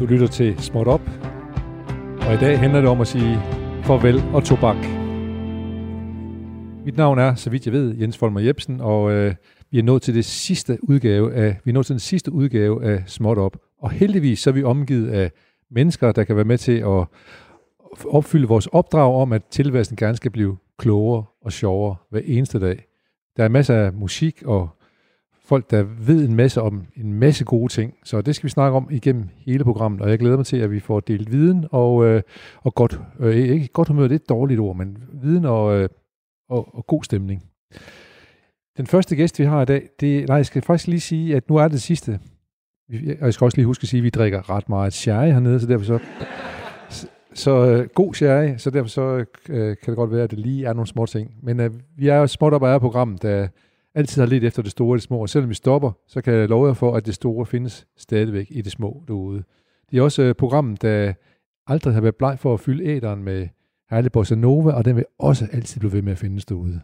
Du lytter til Småt Op, og i dag handler det om at sige farvel og tobak. Mit navn er, så vidt jeg ved, Jens Folmer Jebsen, og vi er nået til den sidste udgave af Småt Op. Og heldigvis så er vi omgivet af mennesker, der kan være med til at opfylde vores opdrag om, at tilværelsen gerne skal blive klogere og sjovere hver eneste dag. Der er masser af musik og folk, der ved en masse om en masse gode ting. Så det skal vi snakke om igennem hele programmet, og jeg glæder mig til, at vi får delt viden og godt, ikke godt humør, det er et dårligt ord, men viden og god stemning. Den første gæst, vi har i dag, jeg skal faktisk lige sige, at nu er det sidste. Og jeg skal også lige huske at sige, at vi drikker ret meget sherry hernede, så derfor så god sherry, så derfor så kan det godt være, at det lige er nogle små ting. Men vi er jo Småt Op, programmet, der altid har lidt efter det store og det små, og selvom vi stopper, så kan jeg love jer for, at det store findes stadigvæk i det små derude. Det er også programmet, der aldrig har været bleg for at fylde æteren med herlig bossa nova, og den vil også altid blive ved med at findes derude.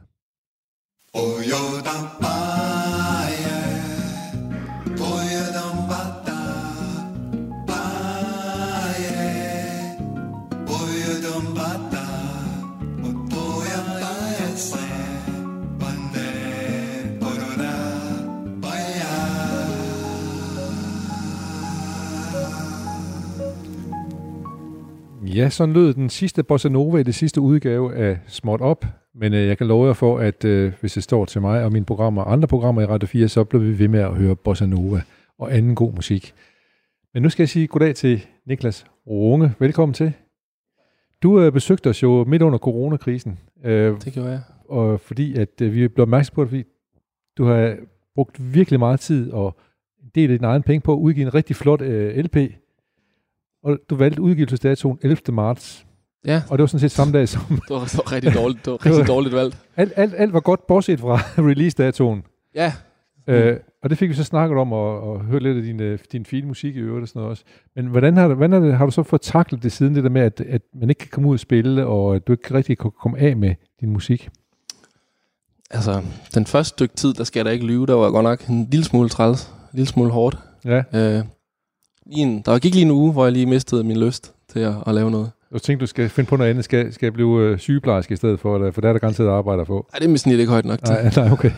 Ja, sådan lød den sidste bossa nova i det sidste udgave af Småt Op, men jeg kan love jer for, at hvis det står til mig og mine programmer og andre programmer i Radio 4, så bliver vi ved med at høre bossa nova og anden god musik. Men nu skal jeg sige goddag til Niklas Runge. Velkommen til. Du besøgte os jo midt under coronakrisen. Det gjorde jeg. Og fordi at vi blev opmærksom på det, fordi du har brugt virkelig meget tid og en del af din egen penge på at udgive en rigtig flot LP. Og du valgte udgivelsesdatoen 11. marts. Ja. Og det var sådan set samme dag som... Det var rigtig dårligt. Det var rigtig dårligt valgt. Alt var godt, bortset fra release-datoen. Ja. Og det fik vi så snakket om, og høre lidt af din fine musik i øvrigt og sådan noget også. Men hvordan har du så fået taklet det siden det der med, at man ikke kan komme ud og spille, og at du ikke rigtig kan komme af med din musik? Altså, den første stykke tid, der skal jeg da ikke lyve, der var godt nok en lille smule træls, en lille smule hårdt. Ja. Der gik lige en uge, hvor jeg lige mistede min lyst til at lave noget. Du tænkte, du skal finde på noget andet. Skal jeg blive sygeplejerske i stedet for der er der garanteret arbejder på? Nej, det er mit snit ikke højt nok til. Nej, okay.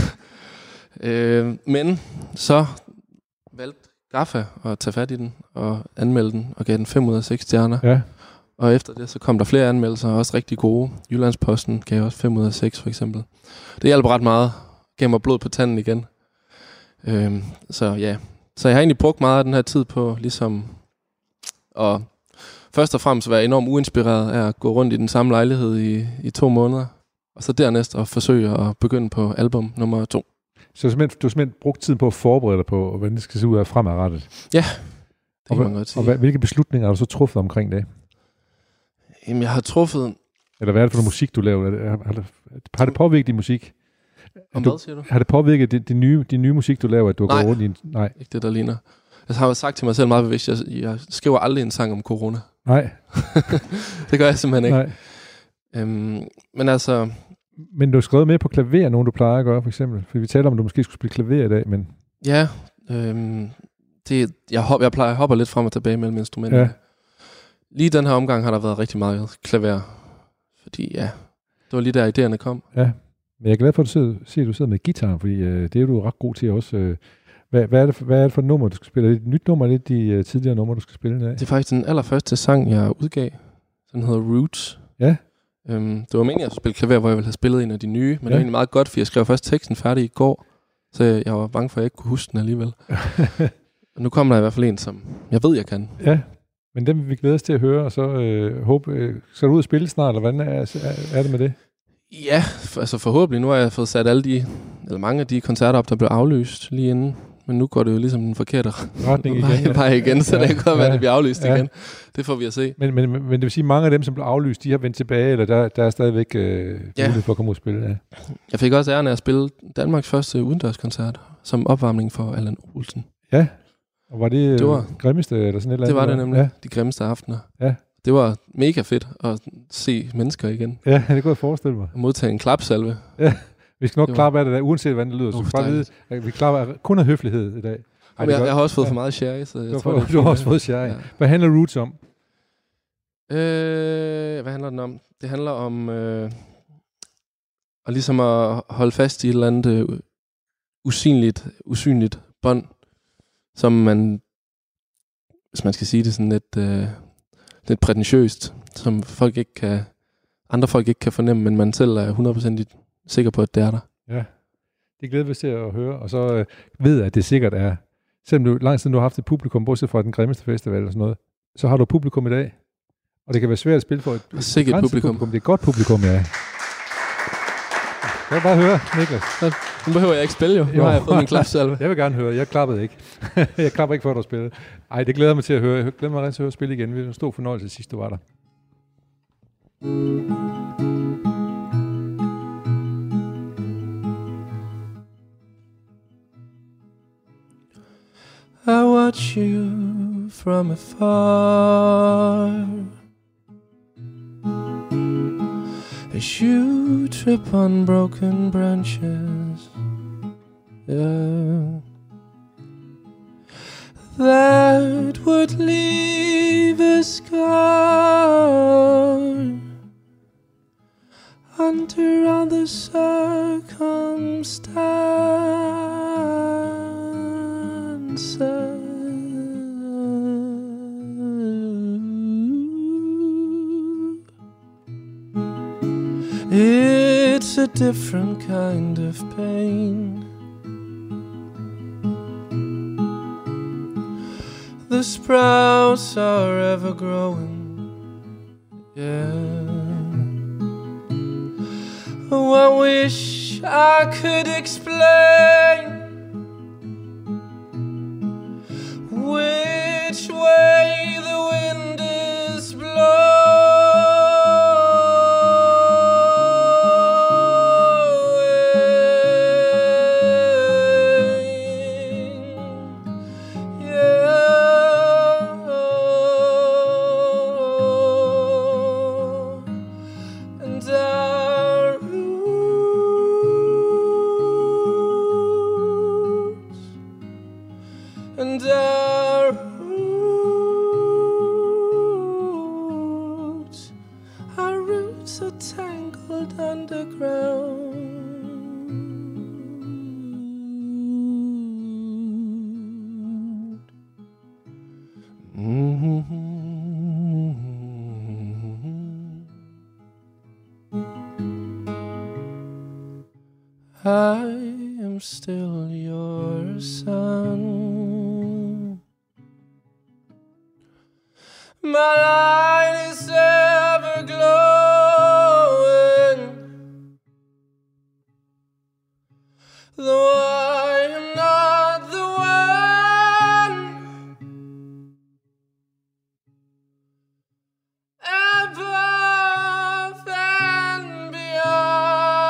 Men så valgte Gaffa at tage fat i den og anmelde den, og gav den 5 ud af 6 stjerner. Ja. Og efter det, så kom der flere anmeldelser, også rigtig gode. Jyllandsposten gav også 5 ud af 6, for eksempel. Det hjalp ret meget. Gav mig blod på tanden igen. Så ja. Så jeg har egentlig brugt meget af den her tid på ligesom at først og fremmest være enormt uinspireret af at gå rundt i den samme lejlighed i 2 måneder. Og så dernæst at forsøge at begynde på album nummer 2. Så du har simpelthen brugt tiden på at forberede dig på, hvordan det skal se ud af fremadrettet? Ja, det kan man godt sige. Og hvilke beslutninger har du så truffet omkring det? Jamen, jeg har truffet... Eller hvad er det for noget musik, du laver? Har det påvirket din musik? Hvad siger du? Har det påvirket din nye musik, du laver, at du går rundt i en... Nej, ikke det, der ligner. Jeg har sagt til mig selv meget bevidst, jeg skriver aldrig en sang om corona. Nej. Det gør jeg simpelthen ikke. Nej. Men altså... Men du har skrevet med på klaver, nogen du plejer at gøre, for eksempel. For vi taler om, at du måske skulle spille klaver i dag, men... Ja, jeg hopper lidt frem og tilbage mellem instrumenterne. Ja. Lige den her omgang har der været rigtig meget klaver. Fordi ja, det var lige der idéerne kom. Ja, men jeg er glad for, at du sidder med guitar, fordi det er du ret god til også. Hvad er det for et nummer, du skal spille? Er det et nyt nummer, eller er det de tidligere numre, du skal spille i dag? Det er faktisk den allerførste sang, jeg udgav. Den hedder Roots. Ja. Det var meningen, at jeg skulle spille klaver, hvor jeg ville have spillet en af de nye. Men det var egentlig meget godt, for jeg skrev først teksten færdig i går. Så jeg var bange for, at jeg ikke kunne huske den alligevel. Og nu kommer der i hvert fald en, som jeg ved, jeg kan. Ja, men dem vil vi glæde os til at høre, og så skal du ud og spille snart, eller hvordan er det med det? Ja, altså forhåbentlig. Nu har jeg fået sat mange af de koncerter op, der blev aflyst lige inden. Men nu går det jo ligesom den forkerte retning igen, så det kan godt være, at det bliver aflyst igen. Det får vi at se. Men det vil sige, at mange af dem, som blev aflyst, de har vendt tilbage, eller der er stadigvæk mulighed for at komme ud og spille? Ja. Jeg fik også æren af at spille Danmarks første udendørskoncert, som opvarmning for Allan Olsen. Ja, og var det grimmeste, eller sådan et eller andet? Det var det nemlig, ja. De grimmeste aftener. Ja. Det var mega fedt at se mennesker igen. Ja, det kunne jeg forestille mig. Og modtage en klapsalve. Ja. Vi skal nok klappe af det der, uanset hvordan det lyder. Så bare vide, at vi klapper kun af høflighed i dag. Jeg har også fået for meget sherry, så jeg tror, du har også fået sherry. Ja. Hvad handler Roots om? Hvad handler den om? Det handler om at ligesom at holde fast i et eller andet usynligt bånd, som man, hvis man skal sige det sådan lidt prætentiøst, som andre folk ikke kan fornemme, men man selv er 100% sikker på, at det er der. Ja, det glæder vi til at høre, og så ved at det sikkert er, selvom lang tid du har haft et publikum, bortset fra den grimmeste festival og sådan noget, så har du publikum i dag, og det kan være svært at spille for et publikum. Det er et godt publikum, ja. Jeg vil bare høre, Niklas. Nu behøver jeg ikke spille, jo. Nu har jeg fået min klapsalve. Jeg vil gerne høre. Jeg klappede ikke. Jeg klapper ikke, før du spillede. Ej, det glæder mig til at høre. Jeg glæder mig rigtig til at høre spille igen. Det var en stor fornøjelse sidst, du var der. I watch you from afar as you trip on broken branches, yeah, that would leave a scar under other circumstances. It's a different kind of pain. The sprouts are ever growing, yeah. Oh, I wish I could explain which way the wind is blowing. I am still your son. My light is ever glowing, though I am not the one above and beyond.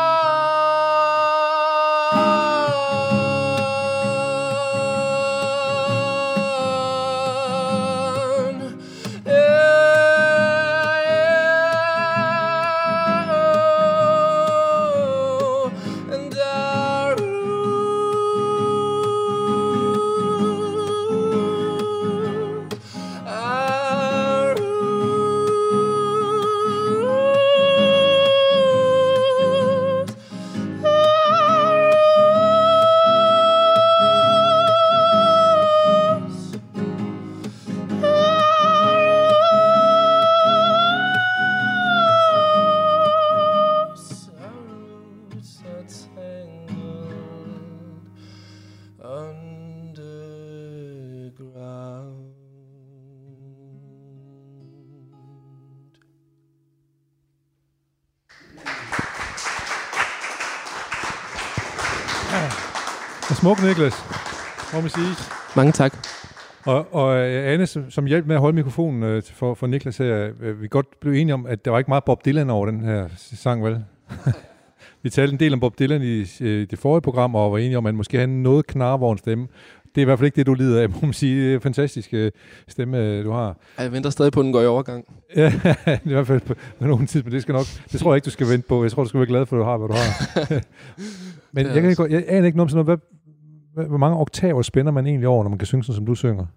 Smuk, Niklas. Må man sige. Mange tak. Og Anne, som hjalp med at holde mikrofonen for Niklas her, vi godt blev enige om, at der var ikke meget Bob Dylan over den her sang, vel? Vi talte en del om Bob Dylan i det forrige program, og var enige om, at han måske havde noget knarvogn stemme. det er i hvert fald ikke det, du lider af, må man sige. Det er en fantastisk stemme, du har. Jeg venter stadig på, at den går i overgang. Ja, i hvert fald på nogen tid, men det tror jeg ikke, du skal vente på. Jeg tror, du skal være glad for, at du har, hvad du har. Men jeg aner ikke noget om sådan noget. Hvor mange oktaver spænder man egentlig over, når man kan synge sådan, som du synger?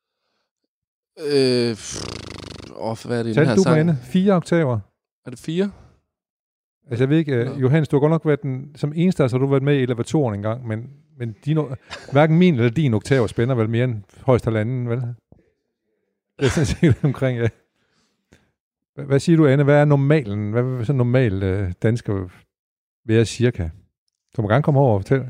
Hvad er det i den her sang? 4 oktaver. Er det 4? Altså jeg ved ikke, Johannes, du har godt nok været den, som eneste, så har du været med i elevatoren en gang, men hverken min eller din oktaver spænder vel mere end højst halvanden, vel? Det er sådan set omkring, ja. Hvad siger du, Anne? Hvad er normalen? Hvad vil sådan normal dansker være cirka? Du må gerne komme over og fortælle.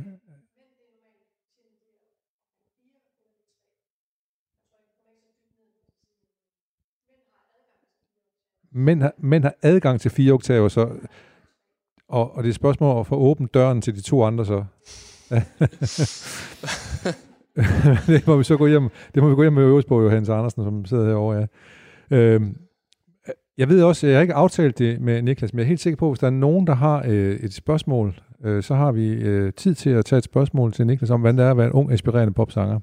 Mænd har adgang til 4 oktaver, så, og det er et spørgsmål at få åbent døren til de 2 andre, så. Det må vi så gå hjem. Det må vi gå hjem med øves på, Johannes Andersen, som sidder herovre, ja. Jeg ved også, jeg har ikke aftalt det med Niklas, men jeg er helt sikker på, at hvis der er nogen, der har et spørgsmål, så har vi tid til at tage et spørgsmål til Niklas om, hvordan det er at være en ung, aspirerende popsanger.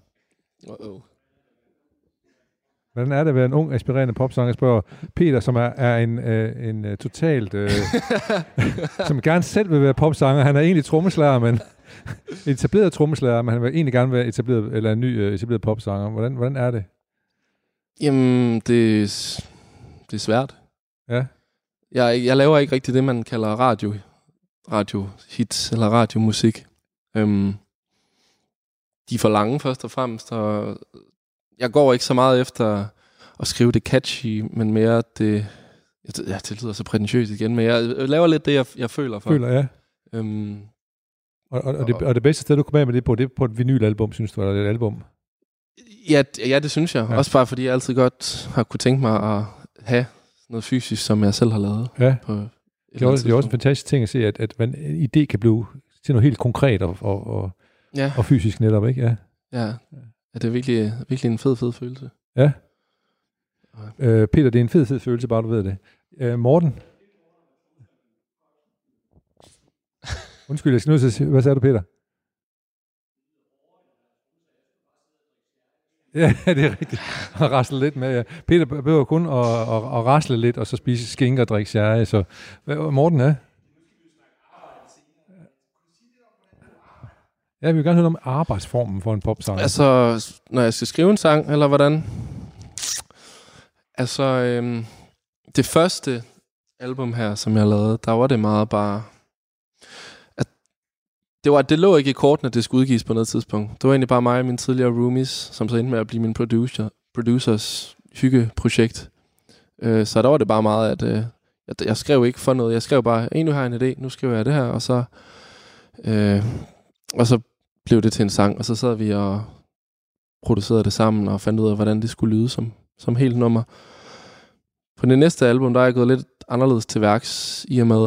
Hvordan er det at være en ung, aspirerende popsanger, spørger Peter, som er en totalt... som gerne selv vil være popsanger. Han er egentlig trommeslager, men etableret trommeslager, men han vil egentlig gerne være etableret, eller en ny etableret popsanger. Hvordan er det? Jamen, det er svært. Ja. Jeg laver ikke rigtig det, man kalder radiohits eller radiomusik. De er for lange først og fremmest, og jeg går ikke så meget efter at skrive det catchy, men mere det... det lyder så prætentiøst igen, men jeg laver lidt det, jeg føler for. Ja. Og det bedste sted, du kommer af med det er på et vinylalbum, synes du, eller et album? Ja, det synes jeg. Ja. Også bare fordi jeg altid godt har kunne tænke mig at have noget fysisk, som jeg selv har lavet. Ja. Det er også en fantastisk ting at se, at en idé kan blive til noget helt konkret og fysisk netop, ikke? Ja, det er virkelig en fed følelse. Ja. Peter, det er en fed følelse, bare du ved det. Morten? Undskyld, jeg skal nødt til at sige, hvad sagde du, Peter? Ja, det er rigtigt. Og rasle lidt med, ja. Peter behøver kun at rasle lidt, og så spise skinker og drikke sherry. Så Morten, ja? Ja, vi vil gerne høre om arbejdsformen for en popsang. Altså, når jeg skal skrive en sang, eller hvordan? Altså, det første album her, som jeg lavede, der var det meget bare... Det lå ikke i kortene, at det skulle udgives på noget tidspunkt. Det var egentlig bare mig og mine tidligere roomies, som så endte med at blive min producers hyggeprojekt. Så der var det bare meget, at jeg skrev ikke for noget. Jeg skrev bare, nu har jeg en idé, nu skriver jeg det her, og så blev det til en sang, og så sad vi og producerede det sammen, og fandt ud af, hvordan det skulle lyde som helt nummer. På det næste album, der er jeg gået lidt anderledes til værks, i og med,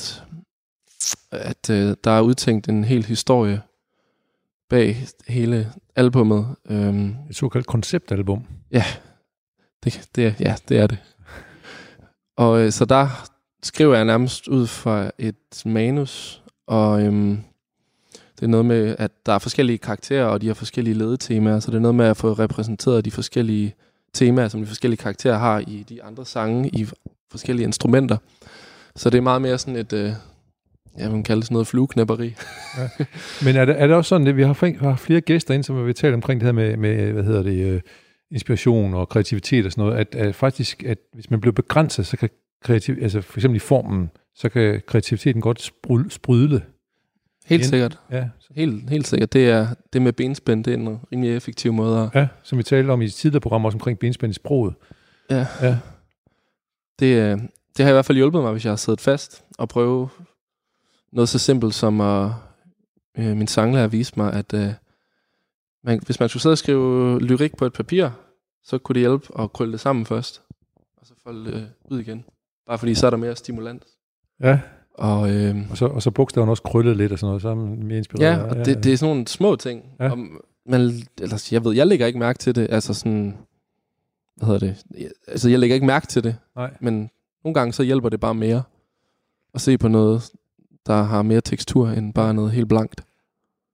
at der er udtænkt en hel historie bag hele albummet. Et såkaldt konceptalbum. Ja, det er det. Og så der skriver jeg nærmest ud fra et manus, og det er noget med, at der er forskellige karakterer, og de har forskellige ledetemaer, så det er noget med at få repræsenteret de forskellige temaer, som de forskellige karakterer har i de andre sange, i forskellige instrumenter. Så det er meget mere sådan et... jeg vil kalde det sådan noget flueknæpperi. Ja. Men er det også sådan, at vi har flere gæster ind, som vi talt omkring det her med inspiration og kreativitet og sådan noget, at faktisk, at hvis man bliver begrænset, så kan altså for eksempel i formen, så kan kreativiteten godt sprudle. Helt sikkert. Ja. Helt sikkert. Det med benspænd, det er en rimelig effektiv måde. Ja, som vi talte om i tidligere programmer, også omkring benspænd i sproget. Ja. Det har i hvert fald hjulpet mig, hvis jeg har siddet fast og prøve noget så simpelt som min sanglærer viste mig, at hvis man skulle sidde og skrive lyrik på et papir, så kunne det hjælpe at krølle det sammen først, og så folde det ud igen. Bare fordi så er der mere stimulans. Ja. Og så bogstaverne også krøllet lidt og sådan noget, så er man mere inspireret. Ja, og det er sådan nogle små ting. Ja. Jeg lægger ikke mærke til det. Altså sådan, hvad hedder det? Altså jeg lægger ikke mærke til det. Nej. Men nogle gange så hjælper det bare mere at se på noget, der har mere tekstur end bare noget helt blankt.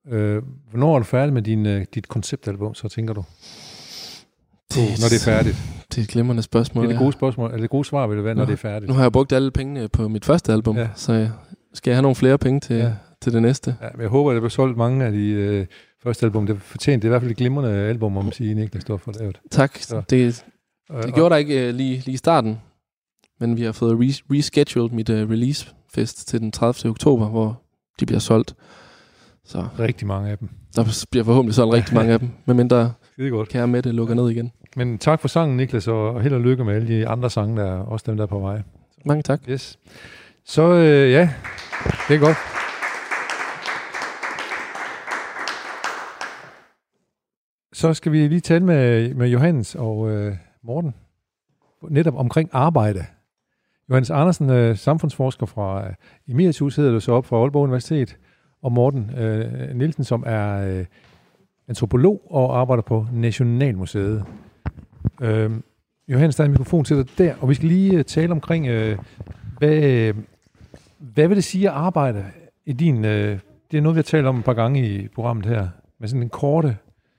Hvornår er du færdig med dit konceptalbum, så tænker du? Når det er færdigt. Det er et glimrende spørgsmål. Det er det gode spørgsmål. Eller det gode svar vil det være, når det er færdigt. Nu har jeg brugt alle pengene på mit første album, så skal jeg have nogle flere penge til det næste. Ja, men jeg håber, at det bliver solgt mange af de første album. Det er fortjent. Det er i hvert fald et glimrende album, om man siger, Niklas Stoffer lavet. Tak. Det gjorde der ikke lige i starten, men vi har fået rescheduled mit releasefest til den 30. oktober, hvor de bliver solgt. Så rigtig mange af dem. Der bliver forhåbentlig solgt rigtig mange af dem, medmindre kære Mette lukker ned igen. Men tak for sangen, Niklas, og held og lykke med alle de andre sange, der er også dem, der er på vej. Mange tak. Yes. Så det er godt. Så skal vi lige tale med Johannes og Morten, netop omkring arbejde. Johannes Andersen, samfundsforsker fra Emeritus, hedder du så op fra Aalborg Universitet, og Morten Nielsen, som er antropolog og arbejder på Nationalmuseet. Johannes, der er en mikrofon til dig der, og vi skal lige tale omkring, hvad vil det sige at arbejde i din... det er noget, vi har talt om et par gange i programmet her, med sådan en korte...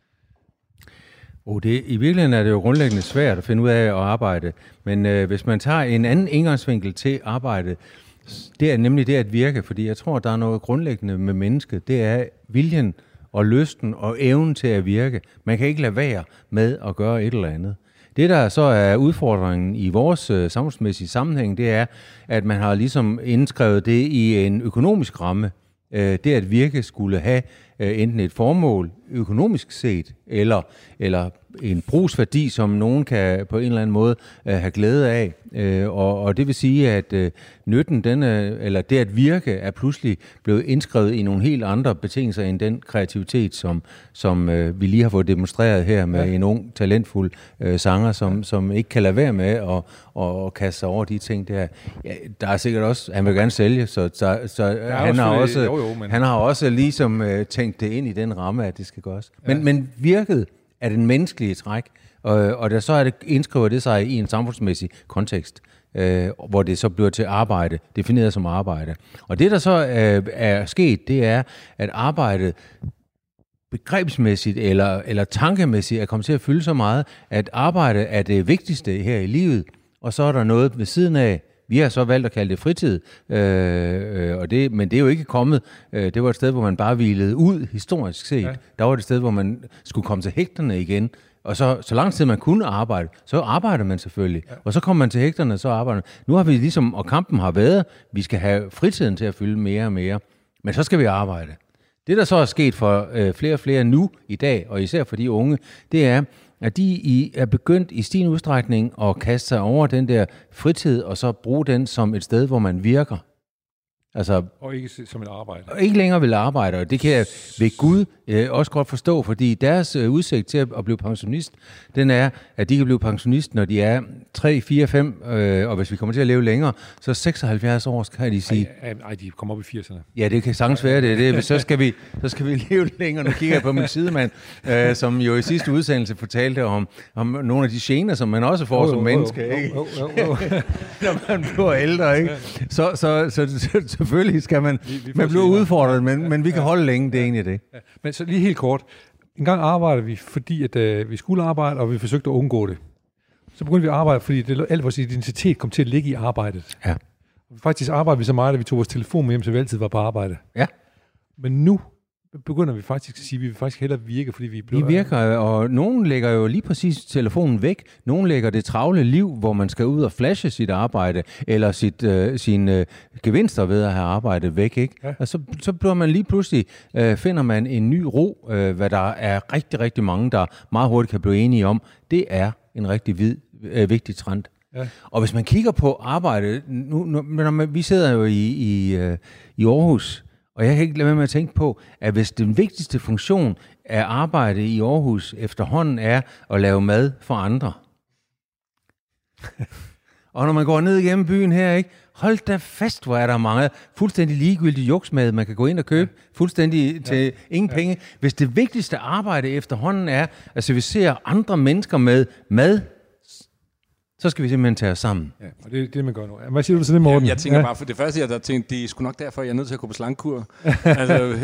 I virkeligheden er det jo grundlæggende svært at finde ud af at arbejde, men hvis man tager en anden indgangsvinkel til arbejde, det er nemlig det at virke, fordi jeg tror, der er noget grundlæggende med mennesket, det er viljen og lysten og evnen til at virke. Man kan ikke lade være med at gøre et eller andet. Det, der så er udfordringen i vores samfundsmæssige sammenhæng, det er, at man har ligesom indskrevet det i en økonomisk ramme. Det at virke skulle have enten et formål økonomisk set, eller en brugsværdi, som nogen kan på en eller anden måde have glæde af. Og det vil sige, at nytten, eller det at virke, er pludselig blevet indskrevet i nogle helt andre betingelser end den kreativitet, som vi lige har fået demonstreret her med en ung, talentfuld sanger, som ikke kan lade være med at kaste sig over de ting der. Ja, der er sikkert også, han vil gerne sælge, så han har også ligesom tænkt det ind i den ramme, at det skal gøres. Men virket er den menneskelige træk, og der så er det, indskriver det sig i en samfundsmæssig kontekst, hvor det så bliver til arbejde, defineret som arbejde. Og det, der så er sket, det er, at arbejdet begrebsmæssigt eller tankemæssigt er kommet til at fylde så meget, at arbejde er det vigtigste her i livet, og så er der noget ved siden af. Vi har så valgt at kalde det fritid, men det er jo ikke kommet. Det var et sted, hvor man bare hvilede ud, historisk set. Ja. Der var et sted, hvor man skulle komme til hægterne igen. Og så lang tid man kunne arbejde, så arbejder man selvfølgelig. Ja. Og så kommer man til hægterne, så arbejder man. Nu har vi ligesom, og kampen har været, vi skal have fritiden til at fylde mere og mere. Men så skal vi arbejde. Det, der så er sket for flere og flere nu i dag, og især for de unge, det er, at de er begyndt i stigende udstrækning at kaste sig over den der fritid, og så bruge den som et sted, hvor man virker. Altså, og ikke som et arbejde. Og ikke længere vil arbejde, og det kan jeg ved Gud også godt forstå, fordi deres udsigt til at blive pensionist, den er, at de kan blive pensionist, når de er 3, 4, 5, og hvis vi kommer til at leve længere, så 76 år, kan de sige. Ej, de kommer op i 80'erne. Ja, det kan sagtens være det. Så skal vi leve længere. Nu kigger jeg på min sidemand, som jo i sidste udsendelse fortalte om nogle af de gener, som man også får som menneske, ikke? Når man bliver ældre, ikke? Så selvfølgelig skal man blive udfordret, men vi kan holde længe, det er egentlig det. Ja. Men så lige helt kort. En gang arbejdede vi, fordi at, vi skulle arbejde, og vi forsøgte at undgå det. Så begyndte vi at arbejde, fordi al vores identitet kom til at ligge i arbejdet. Ja. Faktisk arbejdede vi så meget, at vi tog vores telefon med hjem, så vi altid var på arbejde. Ja. Men nu begynder vi faktisk at sige, at vi vil faktisk hellere virke, fordi vi bliver... Vi virker, og nogen lægger jo lige præcis telefonen væk. Nogen lægger det travle liv, hvor man skal ud og flashe sit arbejde, eller sine gevinster ved at have arbejdet væk, ikke? Ja. Og så bliver man lige pludselig, finder man en ny ro, hvad der er rigtig, rigtig mange, der meget hurtigt kan blive enige om. Det er en rigtig vigtig trend. Ja. Og hvis man kigger på arbejde, vi sidder jo i Aarhus, og jeg kan ikke lade være med at tænke på, at hvis den vigtigste funktion af arbejde i Aarhus efterhånden er at lave mad for andre. Og når man går ned igennem byen her, ikke? Hold da fast, hvor er der mange fuldstændig ligegyldige juksmad, man kan gå ind og købe fuldstændig til ingen penge. Hvis det vigtigste arbejde efterhånden er at servicere andre mennesker med mad, så skal vi simpelthen tage os sammen. Ja, og det er det, man gør nu. Hvad siger du til det, Morten? Jamen, jeg tænker bare, for det første, jeg tænkte, det er sgu nok derfor, jeg er nødt til at gå på slangkur. Altså,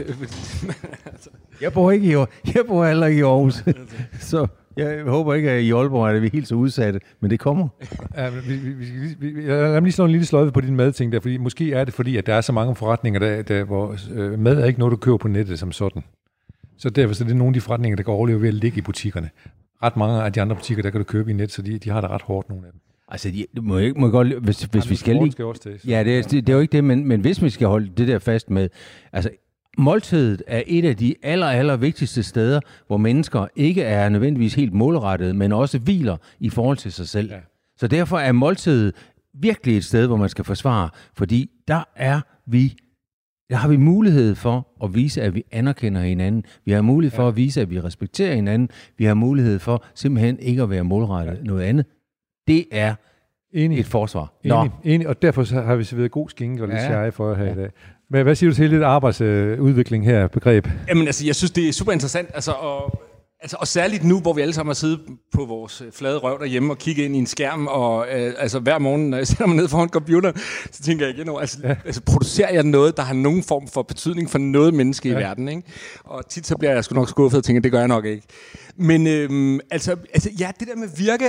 Jeg bor heller ikke i Aarhus, så jeg håber ikke, at i Aalborg er vi helt så udsatte, men det kommer. Ja, lad mig lige slå en lille sløjfe på din madting der, fordi måske er det fordi, at der er så mange forretninger, hvor mad er ikke noget, du køber på nettet som sådan. Så derfor så er det nogle af de forretninger, der kan overleve ved at ligge i butikkerne. Ret mange af de andre butikker, der kan du købe i net, så de har det ret hårdt, nogle af dem. Altså, må godt, hvis vi skal lige... Ja, det er jo ikke det, men hvis vi skal holde det der fast med... Altså, måltidet er et af de aller vigtigste steder, hvor mennesker ikke er nødvendigvis helt målrettede, men også hviler i forhold til sig selv. Ja. Så derfor er måltidet virkelig et sted, hvor man skal forsvare, fordi der har vi mulighed for at vise, at vi anerkender hinanden. Vi har mulighed for at vise, at vi respekterer hinanden. Vi har mulighed for simpelthen ikke at være målrettet noget andet. Det er et forsvar. Enig, og derfor har vi serveret god skinke og lidt sjære for her i dag. Men hvad siger du til lidt arbejdsudvikling her, begreb? Jamen altså, jeg synes, det er super interessant, og særligt nu, hvor vi alle sammen har siddet på vores flade røv derhjemme og kigget ind i en skærm, og hver morgen, når jeg sætter mig ned foran computeren, så tænker jeg igen over, producerer jeg noget, der har nogen form for betydning for noget menneske i verden, ikke? Og tit så bliver jeg sgu nok skuffet og tænker, det gør jeg nok ikke. Men det der med virke,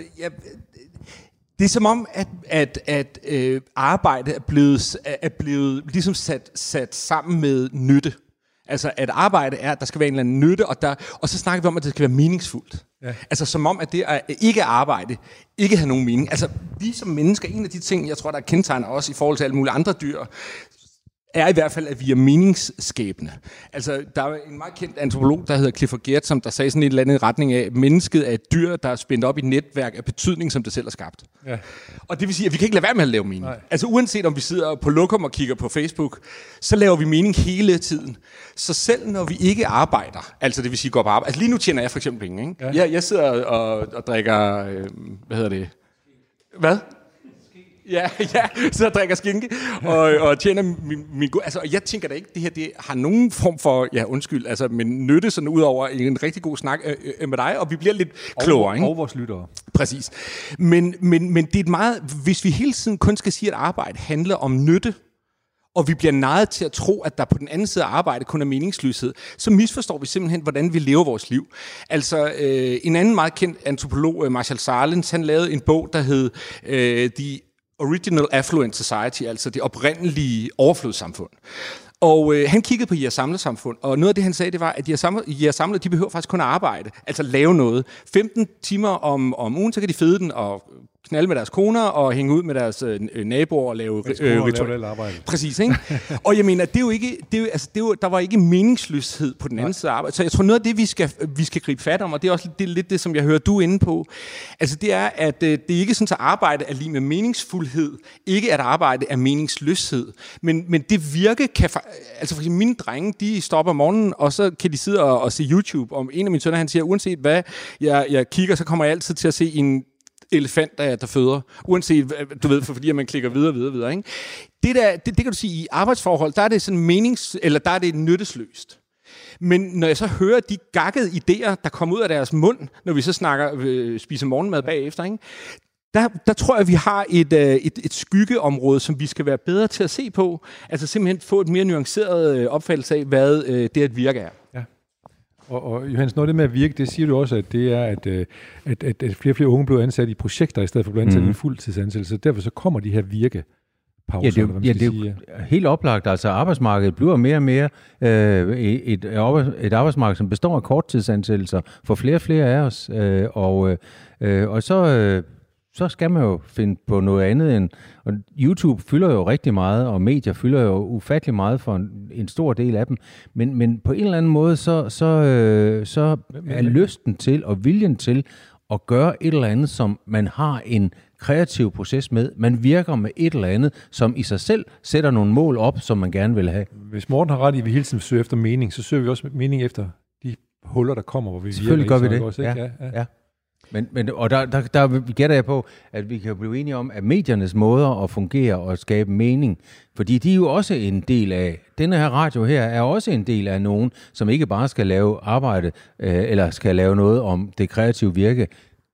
det er som om, at arbejde er blevet ligesom sat sammen med nytte. Altså, at arbejde er, at der skal være en eller anden nytte, og så snakker vi om, at det skal være meningsfuldt. Ja. Altså, som om, at det at ikke arbejde, ikke har nogen mening. Altså, vi som mennesker, en af de ting, jeg tror, der kendetegner os i forhold til alle mulige andre dyr, er i hvert fald, at vi er meningsskabende. Altså, der er en meget kendt antropolog, der hedder Clifford Geertz, som der sagde sådan et eller andet retning af, at mennesket er et dyr, der er spændt op i et netværk af betydning, som det selv har skabt. Ja. Og det vil sige, at vi kan ikke lade være med at lave mening. Nej. Altså, uanset om vi sidder på lokum og kigger på Facebook, så laver vi mening hele tiden. Så selv når vi ikke arbejder, altså det vil sige går på arbejde, altså lige nu tjener jeg for eksempel penge, ikke? Ja. Jeg sidder og drikker, Hvad? Ja, så jeg drikker skinke og tjener min god... Altså, jeg tænker da ikke, det her det har nogen form for, men nytte sådan ud over en rigtig god snak med dig, og vi bliver lidt klogere, ikke? Og vores lyttere. Præcis. Men det er et meget... Hvis vi hele tiden kun skal sige, at arbejde handler om nytte, og vi bliver narret til at tro, at der på den anden side af arbejde kun er meningsløshed, så misforstår vi simpelthen, hvordan vi lever vores liv. Altså, en anden meget kendt antropolog, Marshall Sahlins, han lavede en bog, der hed The Original Affluent Society, altså det oprindelige overflodssamfund. Og han kiggede på samlersamfund, og noget af det, han sagde, det var, at samler, de behøver faktisk kun at arbejde, altså lave noget. 15 timer om ugen, så kan de føde den og knalde med deres koner og hænge ud med deres naboer og lave ritual. Præcis, ikke? Og jeg mener, der var ikke meningsløshed på den anden side af arbejde. Så jeg tror, noget af det, vi skal gribe fat om, og det er også lidt det, som jeg hører du inde på, altså det er, at det ikke sådan, at arbejde er lige med meningsfuldhed, ikke at arbejde er meningsløshed, men det virke kan... Altså for eksempel mine drenge, de stopper om morgenen, og så kan de sidde og se YouTube, og en af mine sønner, han siger, uanset hvad jeg kigger, så kommer jeg altid til at se en elefant, der føder. Uanset, du ved, fordi man klikker videre, ikke? Det kan du sige, i arbejdsforhold, der er det sådan der er det nyttesløst. Men når jeg så hører de gakkede idéer, der kommer ud af deres mund, når vi så spiser morgenmad bagefter, ikke? Der tror jeg, vi har et skyggeområde, som vi skal være bedre til at se på. Altså simpelthen få et mere nuanceret opfattelse af, hvad det at virke er. Ja. Og Johannes, noget af det med at virke, det siger du også, at det er, at flere og flere unge bliver ansat i projekter, i stedet for at blive ansat i fuldtidsansættelse. Derfor så kommer de her virkepauser, det er helt oplagt. Altså arbejdsmarkedet bliver mere og mere et arbejdsmarked, som består af korttidsansættelser for flere og flere af os. Og så skal man jo finde på noget andet end... Og YouTube fylder jo rigtig meget, og medier fylder jo ufattelig meget for en stor del af dem. Men på en eller anden måde, så er lysten til og viljen til at gøre et eller andet, som man har en kreativ proces med. Man virker med et eller andet, som i sig selv sætter nogle mål op, som man gerne vil have. Hvis Morten har ret i, at vi hele tiden søger efter mening, så søger vi også mening efter de huller, der kommer, hvor vi selvfølgelig virker. Selvfølgelig gør vi det, også, ja. Men der gætter jeg på, at vi kan blive enige om, at mediernes måder at fungere og skabe mening, fordi de er jo også en del af, denne her radio her er også en del af nogen, som ikke bare skal lave arbejde, eller skal lave noget om det kreative virke.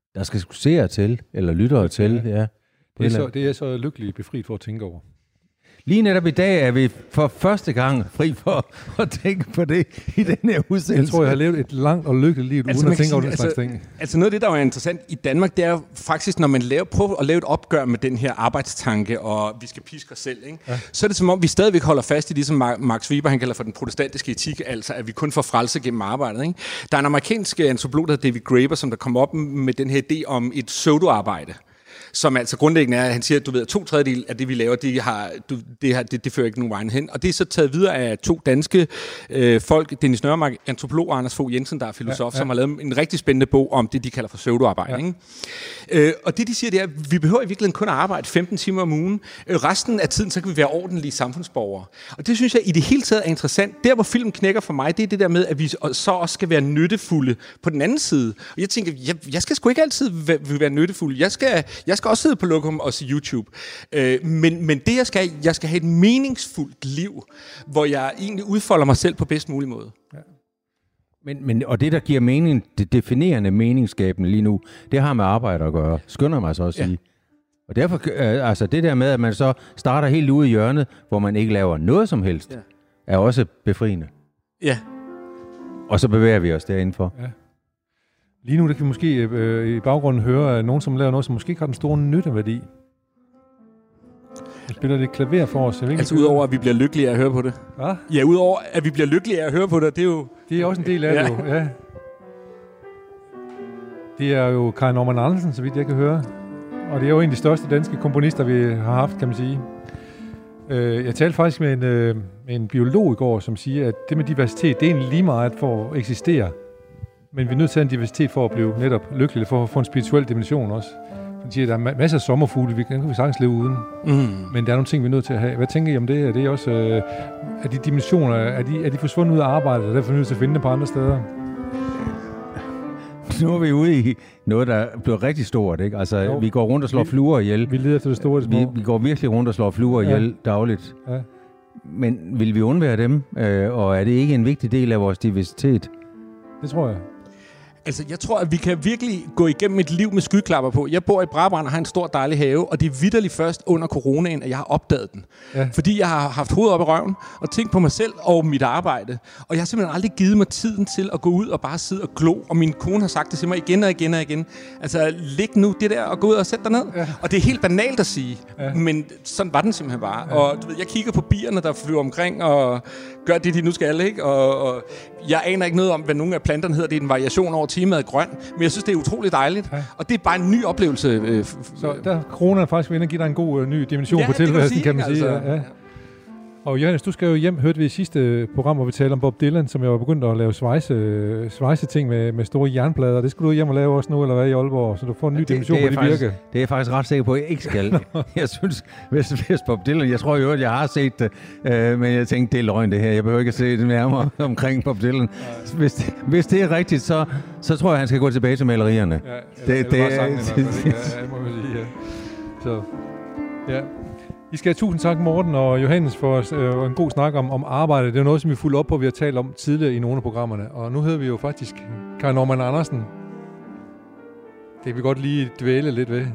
der skal seere til, eller lyttere til. Ja. Det er så lykkelig befriet for at tænke over. Lige netop i dag er vi for første gang fri for at tænke på det i den her udsendelse. Jeg tror, jeg har levet et langt og lykkeligt liv, uden at tænke over den slags ting. Altså noget af det, der er interessant i Danmark, det er faktisk, når man prøver at lave et opgør med den her arbejdstanke, og vi skal piske os selv, ikke? Ja. Så er det som om, vi stadigvæk holder fast i det, som Max Weber han kalder for den protestantiske etik, altså at vi kun får frelse gennem arbejdet. Ikke? Der er en amerikansk antropolog, der hedder David Graeber, som der kom op med den her idé om et pseudoarbejde. Som altså grundlæggende er, at han siger, at du ved, at 2/3 af det, vi laver, det fører ikke nogen vejen hen. Og det er så taget videre af 2 danske folk, Dennis Nørremark, antropolog, og Anders Fogh Jensen, der er filosof, som har lavet en rigtig spændende bog om det, de kalder for pseudoarbejde. Ja. Og det, de siger, det er, at vi behøver i virkeligheden kun at arbejde 15 timer om ugen. Resten af tiden, så kan vi være ordentlige samfundsborgere. Og det synes jeg i det hele taget er interessant. Der, hvor film knækker for mig, det er det der med, at vi så også skal være nyttefulde på den anden side. Og jeg tænker, jeg skal sgu ikke altid være nyttefuld. Jeg skal også sidde på lokum og se YouTube. Men det, jeg skal have et meningsfuldt liv, hvor jeg egentlig udfolder mig selv på bedst mulig måde. Ja. Men og det, der giver mening, det definerende meningsskabende lige nu, det har med arbejde at gøre. Skynder mig så at sige. Ja. Og derfor, altså det der med, at man så starter helt ude i hjørnet, hvor man ikke laver noget som helst, er også befriende. Ja. Og så bevæger vi os derindenfor. Ja. Lige nu der kan vi måske i baggrunden høre nogen, som laver noget, som måske ikke har den store nytteværdi. Jeg spiller lidt klaver for os. Altså udover, at vi bliver lykkelige af at høre på det. Hvad? Ja, udover, at vi bliver lykkelige af at høre på det, det er jo... Det er også en del af det jo, ja. Det er jo Kai Normann Andersen, så vidt jeg kan høre. Og det er jo en af de største danske komponister, vi har haft, kan man sige. Jeg talte faktisk med en biolog i går, som siger, at det med diversitet, det er egentlig lige meget for at eksistere. Men vi er nødt til at have en diversitet for at blive netop lykkelige, for at få en spirituel dimension også. Fordi der er masser af sommerfugle, vi kan sagtens leve uden. Men der er nogle ting, vi er nødt til at have. Hvad tænker I om det? Er det også, er de dimensioner, er de forsvundet ud af arbejdet, og derfor er vi nødt til at finde dem på andre steder? Nu er vi ude i noget, der bliver rigtig stort, ikke? Altså, vi går rundt og slår fluer ihjel. Vi leder efter det store. Vi går virkelig rundt og slår fluer ihjel dagligt. Ja. Men vil vi undvære dem? Og er det ikke en vigtig del af vores diversitet? Det tror jeg. Altså, jeg tror, at vi kan virkelig gå igennem et liv med skyklapper på. Jeg bor i Brabrand og har en stor dejlig have, og det er vitterligt først under coronaen, at jeg har opdaget den. Ja. Fordi jeg har haft hovedet op i røven og tænkt på mig selv og mit arbejde. Og jeg har simpelthen aldrig givet mig tiden til at gå ud og bare sidde og glo. Og min kone har sagt det til mig igen og igen og igen. Altså, læg nu det der og gå ud og sæt dig ned. Ja. Og det er helt banalt at sige, men sådan var den simpelthen bare. Ja. Og du ved, jeg kigger på bierne, der flyver omkring og gør det, de nu skal, ikke? Og jeg aner ikke noget om, hvad nogle af planterne hedder. Det er en variation over temaet grøn, men jeg synes, det er utroligt dejligt. Ja. Og det er bare en ny oplevelse. Så der corona faktisk vil ind og give dig en god ny dimension på tilværelsen, kan man sige. Altså, ja. Og Johannes, du skal jo hjem, hørte vi i sidste program, hvor vi talte om Bob Dylan, som jeg var begyndt at lave svejse ting med store jernplader. Det skulle du hjem og lave også nu, eller hvad, i Aalborg, så du får en ny dimension på dit virke. Det er jeg faktisk ret sikker på, at jeg ikke skal. Jeg synes, hvis Bob Dylan, jeg tror jo, at jeg har set det, men jeg tænkte, det er løgn det her. Jeg behøver ikke at se det nærmere omkring Bob Dylan. Hvis det er rigtigt, så tror jeg, han skal gå tilbage til malerierne. Ja, det er sangen i hvert fald, ja, må man sige, ja. Så, ja. I skal have tusind tak, Morten og Johannes, for en god snak om arbejde. Det er noget, som vi fulgte op på, vi har talt om tidligere i nogle af programmerne. Og nu hedder vi jo faktisk Kai Normann Andersen. Det kan vi godt lige dvæle lidt ved.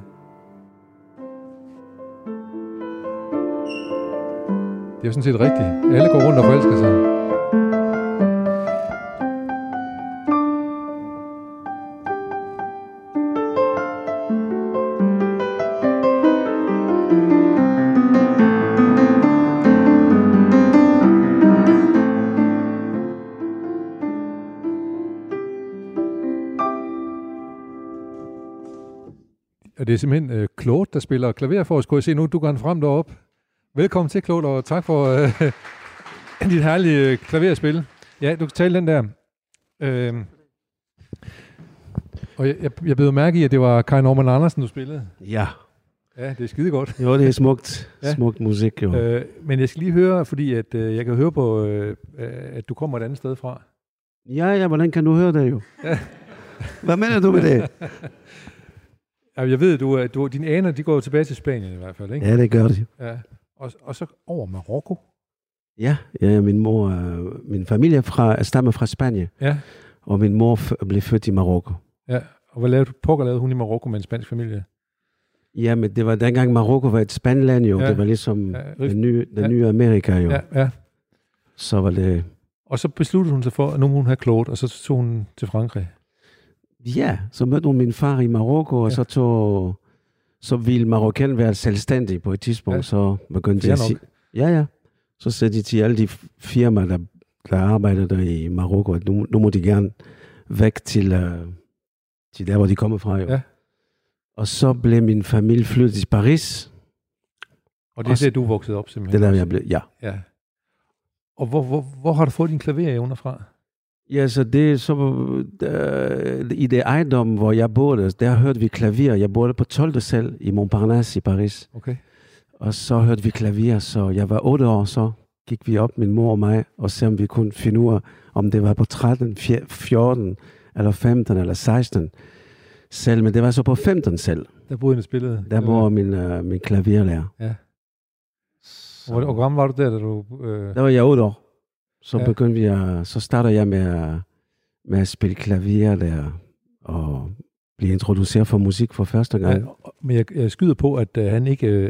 Det er jo sådan set rigtigt. Alle går rundt og forelsker sig. Og det er simpelthen Claude, der spiller klaver for os. Kunne jeg se nu, du går frem derop. Velkommen til, Claude, og tak for dit herlige klaverspil. Ja, du kan tale den der. Og jeg blev mærke i, at det var Kai Normann Andersen, du spillede. Ja. Ja, det er skide godt. Jo, det er smukt. Ja. Smukt musik, jo. Men jeg skal lige høre, fordi at, jeg kan høre på, at du kommer et andet sted fra. Ja, hvordan kan du høre det jo? Ja. Hvad mener du med det? Jeg ved, at dine aner, de går tilbage til Spanien i hvert fald, ikke? Ja, det gør de. Ja. Og så over Marokko? Ja, min familie stammer fra Spanien. Ja. Og min mor blev født i Marokko. Ja, Og hvad lavede hun i Marokko med en spansk familie? Ja, men det var dengang Marokko var et spandland jo. Det var ligesom den nye Amerika jo. Ja. Så var det... Og så besluttede hun sig for, at nu hun havde klogt, og så tog hun til Frankrig. Ja, så mødte hun min far i Marokko, og så ville Marokkan være selvstændig på et tidspunkt, så begyndte de at sige... Ja. Så sagde de til alle de firmaer, der arbejder der i Marokko, at nu må de gerne væk til der, hvor de kommer fra jo. Ja. Og så blev min familie flyttet til Paris. Og det er det, du voksede op simpelthen? Det der, jeg blev, ja. Og hvor har du fået din klaverevner fra? Ja, så det er så... I det ejendom, hvor jeg boede, der hørte vi klaver. Jeg boede på 12. sal i Montparnasse i Paris. Okay. Og så hørte vi klaver, så jeg var 8 år, så gik vi op, min mor og mig, og se om vi kunne finde ud af, om det var på 13, 14, eller 15, eller 16 selv, men det var så på 15 selv. Der boede en spillede? Der boede min klaverlærer. Ja. Hvor gammel var du der, da du... Der var jeg 8 år. Så så starter jeg med at spille klaver der, og blive introduceret for musik for første gang. Ja, men jeg skyder på, at han ikke...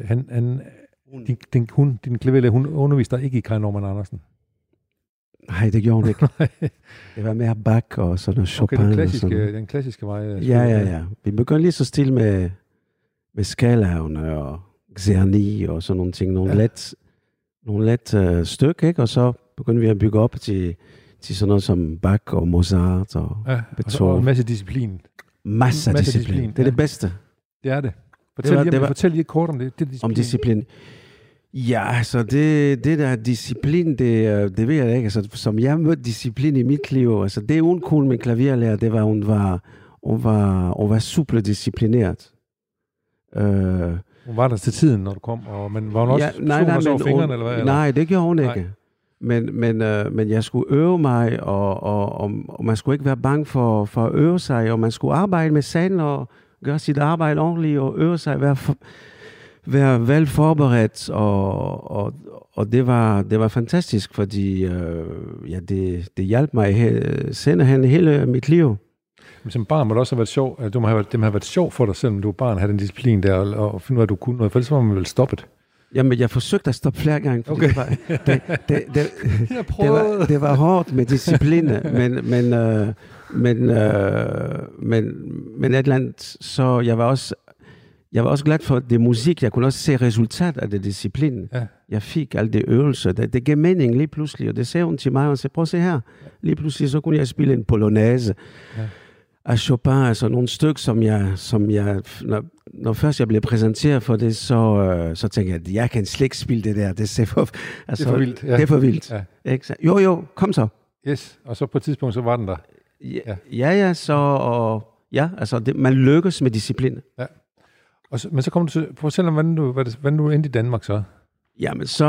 Din klaverlærer, hun underviste dig ikke i Kai Normann Andersen? Nej, det gjorde hun ikke. Det var mere Bach og sådan noget Chopin. Okay, den klassiske vej. Ja. Vi begyndte lige så stille med skalaerne og Czerny og sådan nogle ting. Nogle let stykker, ikke? Og så begyndte vi at bygge op til sådan noget som Bach og Mozart og Beethoven. Og en masse disciplin. Masser af disciplin. Det er det bedste. Det er det. Fortæl lige kort om det. Om disciplin. Ja, altså det der disciplin, det ved jeg ikke. Altså, som jeg mødte disciplin i mit liv, altså det hun kunne med klaverlærer, det var, hun var super disciplineret. Hun var der til tiden, når du kom, men var hun også over fingrene, eller hvad? Eller? Nej, det gjorde hun ikke. Men jeg skulle øve mig, og man skulle ikke være bange for at øve sig, og man skulle arbejde med sagen og gøre sit arbejde ordentligt, og øve sig, være vel forberedt, og det var fantastisk, fordi det hjalp mig senere hele mit liv. Men som barn må det også have været sjovt, det må have været sjovt for dig, selvom du barn havde den disciplin der, og finde ud af, at du kunne noget, for ellers var man vel stoppet. Jamen, jeg forsøgte at stoppe flere gange, fordi det var hårdt med disciplin, men et eller andet, så jeg var også glad for det musik. Jeg kunne også se resultat af det disciplin. Ja. Jeg fik alle de øvelser. Det gav mening lige pludselig, og det sagde hun til mig, og sagde, prøv at se her. Lige pludselig så kunne jeg spille en polonaise af Chopin, altså nogle stykker, som jeg når først jeg blev præsenteret for det, så tænkte jeg, at jeg kan slet ikke spille det der. Det er for vildt. Ja. Det er for vildt. Ja. Ikke? Jo, kom så. Yes, og så på et tidspunkt, så var den der. Man lykkes med disciplin. Ja. Men så kom du til, fortæl om, hvordan du endte i Danmark så. Jamen, så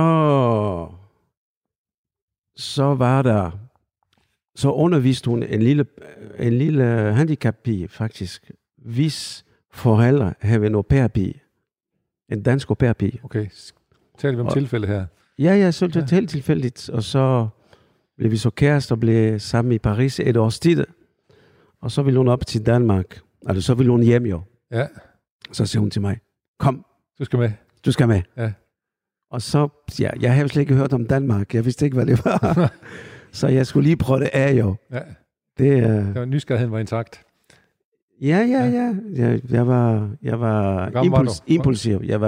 var der, så underviste hun en lille handicap-pige, faktisk, hvis forældre havde en au pair-pige. En dansk au pair-pige. Okay, taler vi om tilfælde her? Ja, så det helt tilfældigt, og så blev vi så kærester og blev sammen i Paris et års tid, og så ville hun op til Danmark, altså så ville hun hjem jo. Ja. Så siger hun til mig, kom. Du skal med. Ja. Og så, jeg havde slet ikke hørt om Danmark. Jeg vidste ikke, hvad det var. Så jeg skulle lige prøve det af, jo. Ja. Det var nysgerrigheden var intakt. Ja. Jeg var impulsiv. Jeg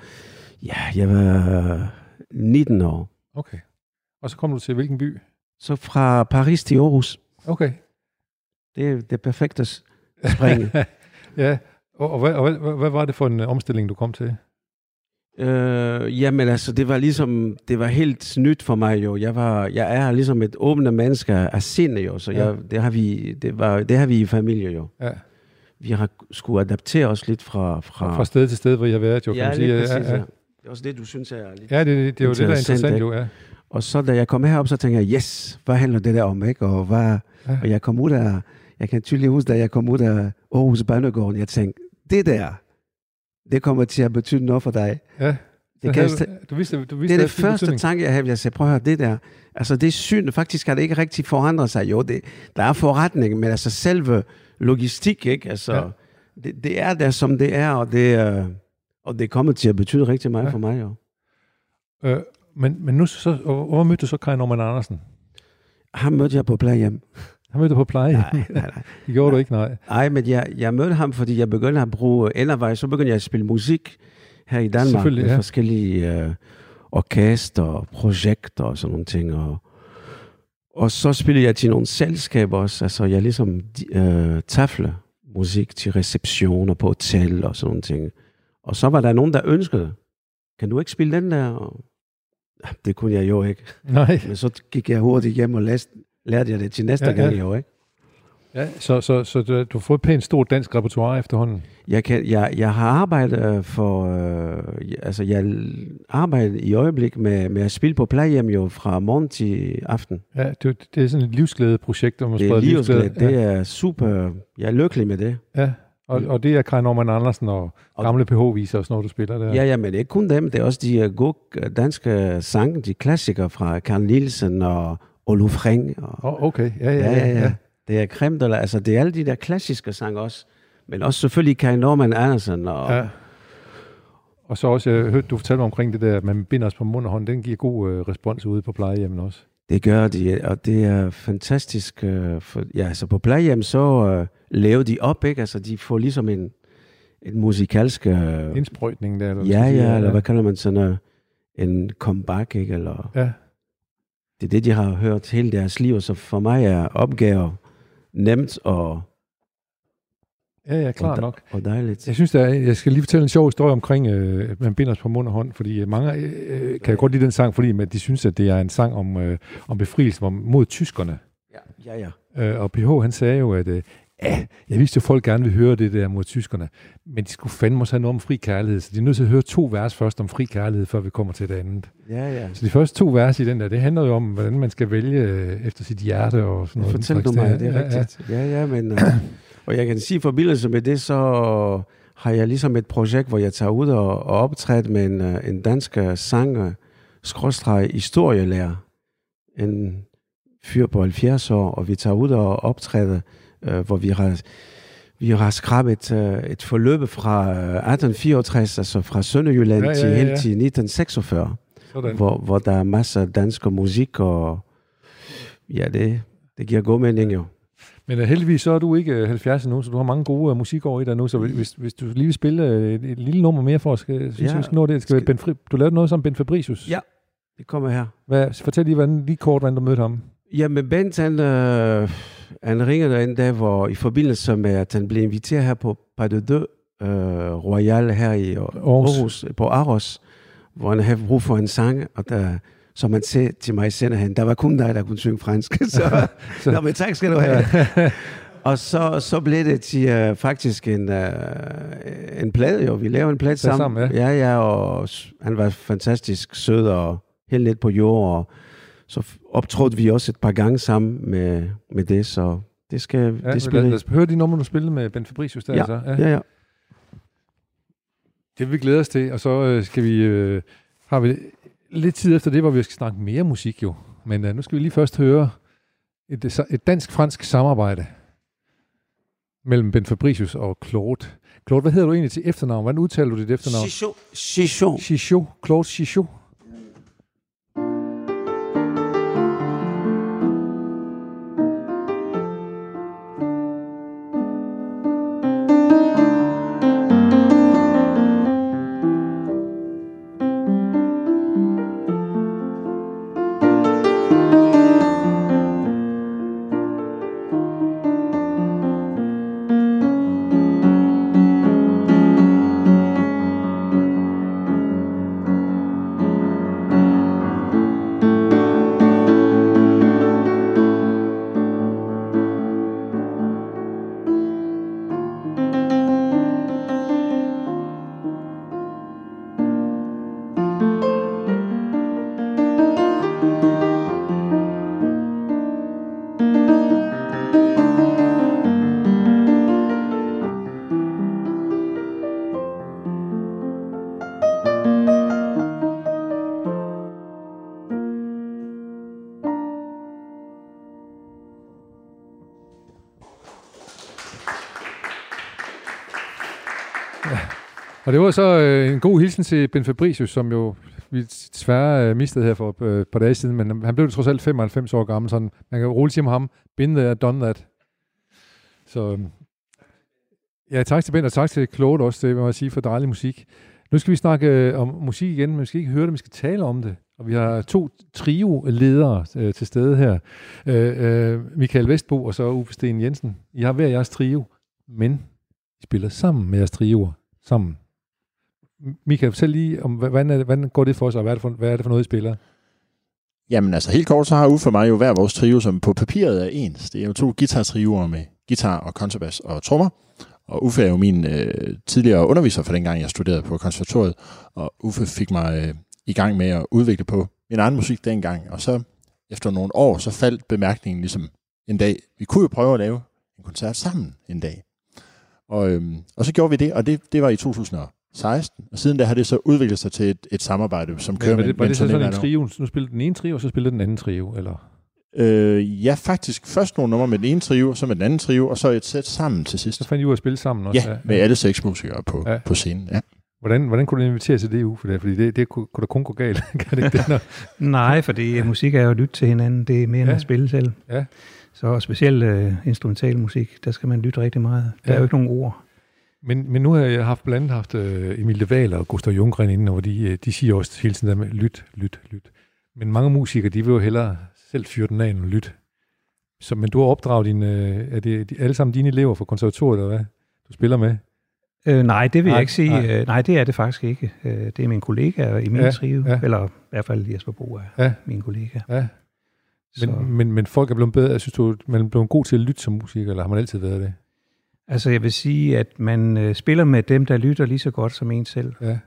var 19 år. Okay. Og så kom du til hvilken by? Så fra Paris til Aarhus. Okay. Det er det perfekte spring. Ja. Og hvad var det for en omstilling, du kom til? Jamen altså, det var helt nyt for mig jo. Jeg er ligesom et åbent menneske af sind jo, så det har vi i familie jo. Ja. Vi har skulle adaptere os lidt fra sted til sted, hvor I har været jo, kan man sige. Ja, præcis, ja. Det er også det, du synes er lidt. Ja, det er jo det, der er interessant jo, ja. Og så da jeg kom herop, så tænkte jeg, yes, hvad handler det der om, ikke? Og jeg kom ud af, jeg kan tydeligt huske, da jeg kom ud af Aarhus Banegården, jeg tænkte, det kommer til at betyde noget for dig. Ja. Det er det første tanke, jeg havde. Jeg sagde, prøv at høre, det der. Altså, det er synd. Faktisk har det ikke rigtig forandret sig. Jo, der er forretning, men altså selve logistik, ikke? Altså, det er der, som det er, og det kommer til at betyde rigtig meget for mig, jo. Men nu så, hvor mødte du så Kai Normann Andersen? Ham mødte jeg på plejehjem. Han mødte på plejehjem? Nej. Det gjorde du ikke, nej. Nej, men jeg mødte ham, fordi jeg begyndte at bruge endervej, så begyndte jeg at spille musik her i Danmark med forskellige orkester, projekter og sådan nogle ting. Og så spillede jeg til nogle selskaber også. Altså, jeg ligesom tafle musik til receptioner på hotel og sådan nogle ting. Og så var der nogen, der ønskede, kan du ikke spille den der? Og det kunne jeg jo ikke. Nej. Men så gik jeg hurtigt hjem og lærte jeg det til næste gang jo, ikke? Ja, så du har fået et pænt stort dansk repertoire efterhånden? Jeg har arbejdet jeg arbejder i øjeblik med at spille på plejehjem jo fra morgen til aften. Ja, det er sådan et livsglædeprojekt, om man spreder livsglæde. Det er super. Jeg er lykkelig med det. Ja. Og det er Kai Normann Andersen og gamle PH-viser og sådan noget, du spiller der? Ja, men det er ikke kun dem. Det er også de gode danske sange, de klassikere fra Carl Nielsen og Oluf Ring. Okay. Ja. Det er Kremt, altså det er alle de der klassiske sange også. Men også selvfølgelig Kai Normann Andersen. Og så også, jeg hørte du fortælle mig omkring det der, at man binder os på mund og hånd. Den giver god respons ude på plejehjemmen også. Det gør de, og det er fantastisk. Så på plejehjem, så laver de op, ikke? Altså, de får ligesom en musikalsk... indsprøjtning der. Eller hvad kalder man sådan en comeback, ikke? Eller, det er det, de har hørt hele deres liv, så for mig er opgaver nemt og... Ja, klart nok. Og dejligt. Jeg synes, jeg skal lige fortælle en sjov historie omkring, at man binder os på mund og hånd, fordi mange kan jo godt lide den sang, fordi de synes, at det er en sang om befrielse mod tyskerne. Ja. Og PH, han sagde jo, at jeg vidste jo, at folk gerne vil høre det der mod tyskerne, men de skulle fandme også have noget om fri kærlighed, så de er nødt til at høre 2 vers først om fri kærlighed, før vi kommer til det andet. Ja. Så de første 2 vers i den der, det handler jo om, hvordan man skal vælge efter sit hjerte og sådan noget. Fortæl du mig, det er rigtigt. Ja, men... Og jeg kan sige, i forbindelse med det, så har jeg ligesom et projekt, hvor jeg tager ud og optræder med en dansk historielærer. En fyr på 70 år, og vi tager ud og optræder, hvor vi har skrabet et forløb fra 1864, altså fra Sønderjylland til helt til 1946, hvor der er masser af dansk musik, og ja, det giver god mening jo. Men heldigvis så er du ikke 70 nu, så du har mange gode musikår i dig nu, så hvis du lige vil spille et lille nummer mere for os, synes jeg, vi skal nå det. Du lavede noget som Ben Fabricius. Ja, det kommer her. Fortæl lige kort, hvordan du mødte ham. Ja, men Bent, han ringede en dag, hvor i forbindelse med, at han blev inviteret her på Pas de Deux Royal her i Aarhus, på Aros, hvor han havde brug for en sang, og som man sagde til mig senere, der var kun dig, der kunne synge fransk. Så nå, men tak skal du have. Og så blev det til faktisk en plade, jo. Vi lavede en plade sammen. Ja, og han var fantastisk sød og helt lidt på jord, og så optrådte vi også et par gange sammen med det, så det skal det spille. Lad os høre de numre, du spillede med Ben Fabricius der. Ja, så. Ja. Det vil vi glæde os til, og så skal vi har vi lidt tid efter det, hvor vi skal snakke mere musik jo. Men nu skal vi lige først høre et dansk-fransk samarbejde mellem Ben Fabricius og Claude. Claude, hvad hedder du egentlig til efternavn? Hvordan udtaler du dit efternavn? Chichot. Claude Chichot. Og det var så en god hilsen til Ben Fabricius, som jo vi desværre mistede her for et par dage siden, men han blev trods alt 95 år gammel, så man kan roligt sige om ham, been there, done that. Så ja, tak til Ben, og tak til Claude også, det må jeg sige, for dejlig musik. Nu skal vi snakke om musik igen, men vi skal ikke høre det, vi skal tale om det. Og vi har 2 trio-ledere til stede her. Michael Vestbo og så Uffe Steen Jensen. I har hver jeres trio, men I spiller sammen med jeres trioer. Sammen. Michael, fortæl lige om, hvordan går det for sig, og hvad er det for noget, I spiller? Jamen altså helt kort, så har Uffe og mig jo hver vores trio, som på papiret er ens. Det er jo 2 guitar-trioer med guitar og kontrabas og trommer. Og Uffe er jo min tidligere underviser for dengang, jeg studerede på konservatoriet. Og Uffe fik mig i gang med at udvikle på min egen musik dengang. Og så efter nogle år, så faldt bemærkningen ligesom en dag. Vi kunne jo prøve at lave en koncert sammen en dag. Og så gjorde vi det, og det var i 2016. Og siden da har det så udviklet sig til et samarbejde, som kører med var det så sådan en trio? Nu spillede den ene trio, og så spillede den anden trio, eller? Ja, faktisk først nogle numre med den ene trio, så med den anden trio, og så et sæt sammen til sidst. Så fandt I ud af at spille sammen også? Ja, med alle 6 musikere på scenen, ja. Hvordan kunne du invitere til det, Uffe? Fordi det kunne da kun gå galt. Kan det ikke det? Nej, fordi musik er jo at lytte til hinanden. Det er mere end at spille selv. Ja. Så specielt instrumental musik, der skal man lytte rigtig meget. Der er jo ikke nogen ord. Men nu har jeg blandt andet haft Emil de Waal og Gustav Junggren inden, og de siger også hele tiden der med lyt. Men mange musikere, de vil jo hellere selv fyre den af end lyt. Men du har opdraget er det alle sammen dine elever fra konservatoriet, eller hvad? Du spiller med? Nej, det vil jeg ikke sige. Nej, det er det faktisk ikke. Det er min kollega i min trio, eller i hvert fald Jesper Bo er min kollega. Ja. Men folk er blevet bedre. Synes du, man er blevet god til at lytte som musiker, eller har man altid været det? Altså, jeg vil sige, at man spiller med dem, der lytter lige så godt som en selv. Ja.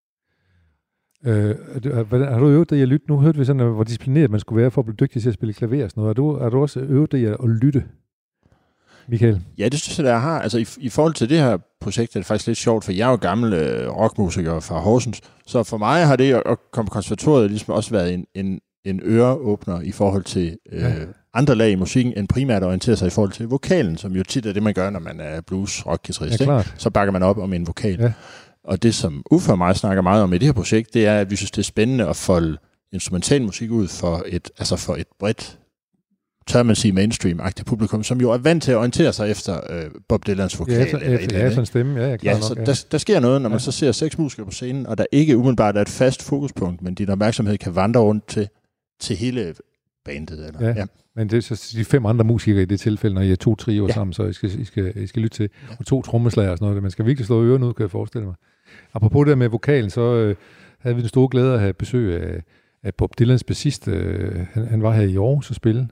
Har du øvet dig i at lytte? Nu hørte vi sådan, hvor disciplineret man skulle være for at blive dygtig til at spille klaver og sådan noget. Har du også øvet dig i at lytte, Michael? Ja, det synes jeg har. Altså, i forhold til det her projekt er det faktisk lidt sjovt, for jeg er jo gammel rockmusiker fra Horsens, så for mig har det at komme på konservatoriet ligesom også været en øreåbner i forhold til andre lag i musikken, end primært at orientere sig i forhold til vokalen, som jo tit er det, man gør, når man er blues-rock-guitarist. Ja, så bakker man op om en vokal. Ja. Og det, som Uffe og mig snakker meget om i det her projekt, det er, at vi synes, det er spændende at folde instrumental musik ud for et bredt, tør man sige, mainstream-agtigt publikum, som jo er vant til at orientere sig efter Bob Dylans vokal. Ja, sådan stemme. Ja, klar nok, så der sker noget, når man så ser 6 musikere på scenen, og der ikke umiddelbart er et fast fokuspunkt, men din opmærksomhed kan vandre rundt til hele bandet. Eller, ja. Men det er så de 5 andre musikere i det tilfælde, når I er 2 trioer sammen, så I skal lytte til. Og 2 trommeslager og sådan noget. Man skal virkelig slå ørerne ud, kan jeg forestille mig. Apropos det med vokalen, så havde vi den store glæde at have besøg af Bob Dylans bassist. Han var her i Aarhus og spille,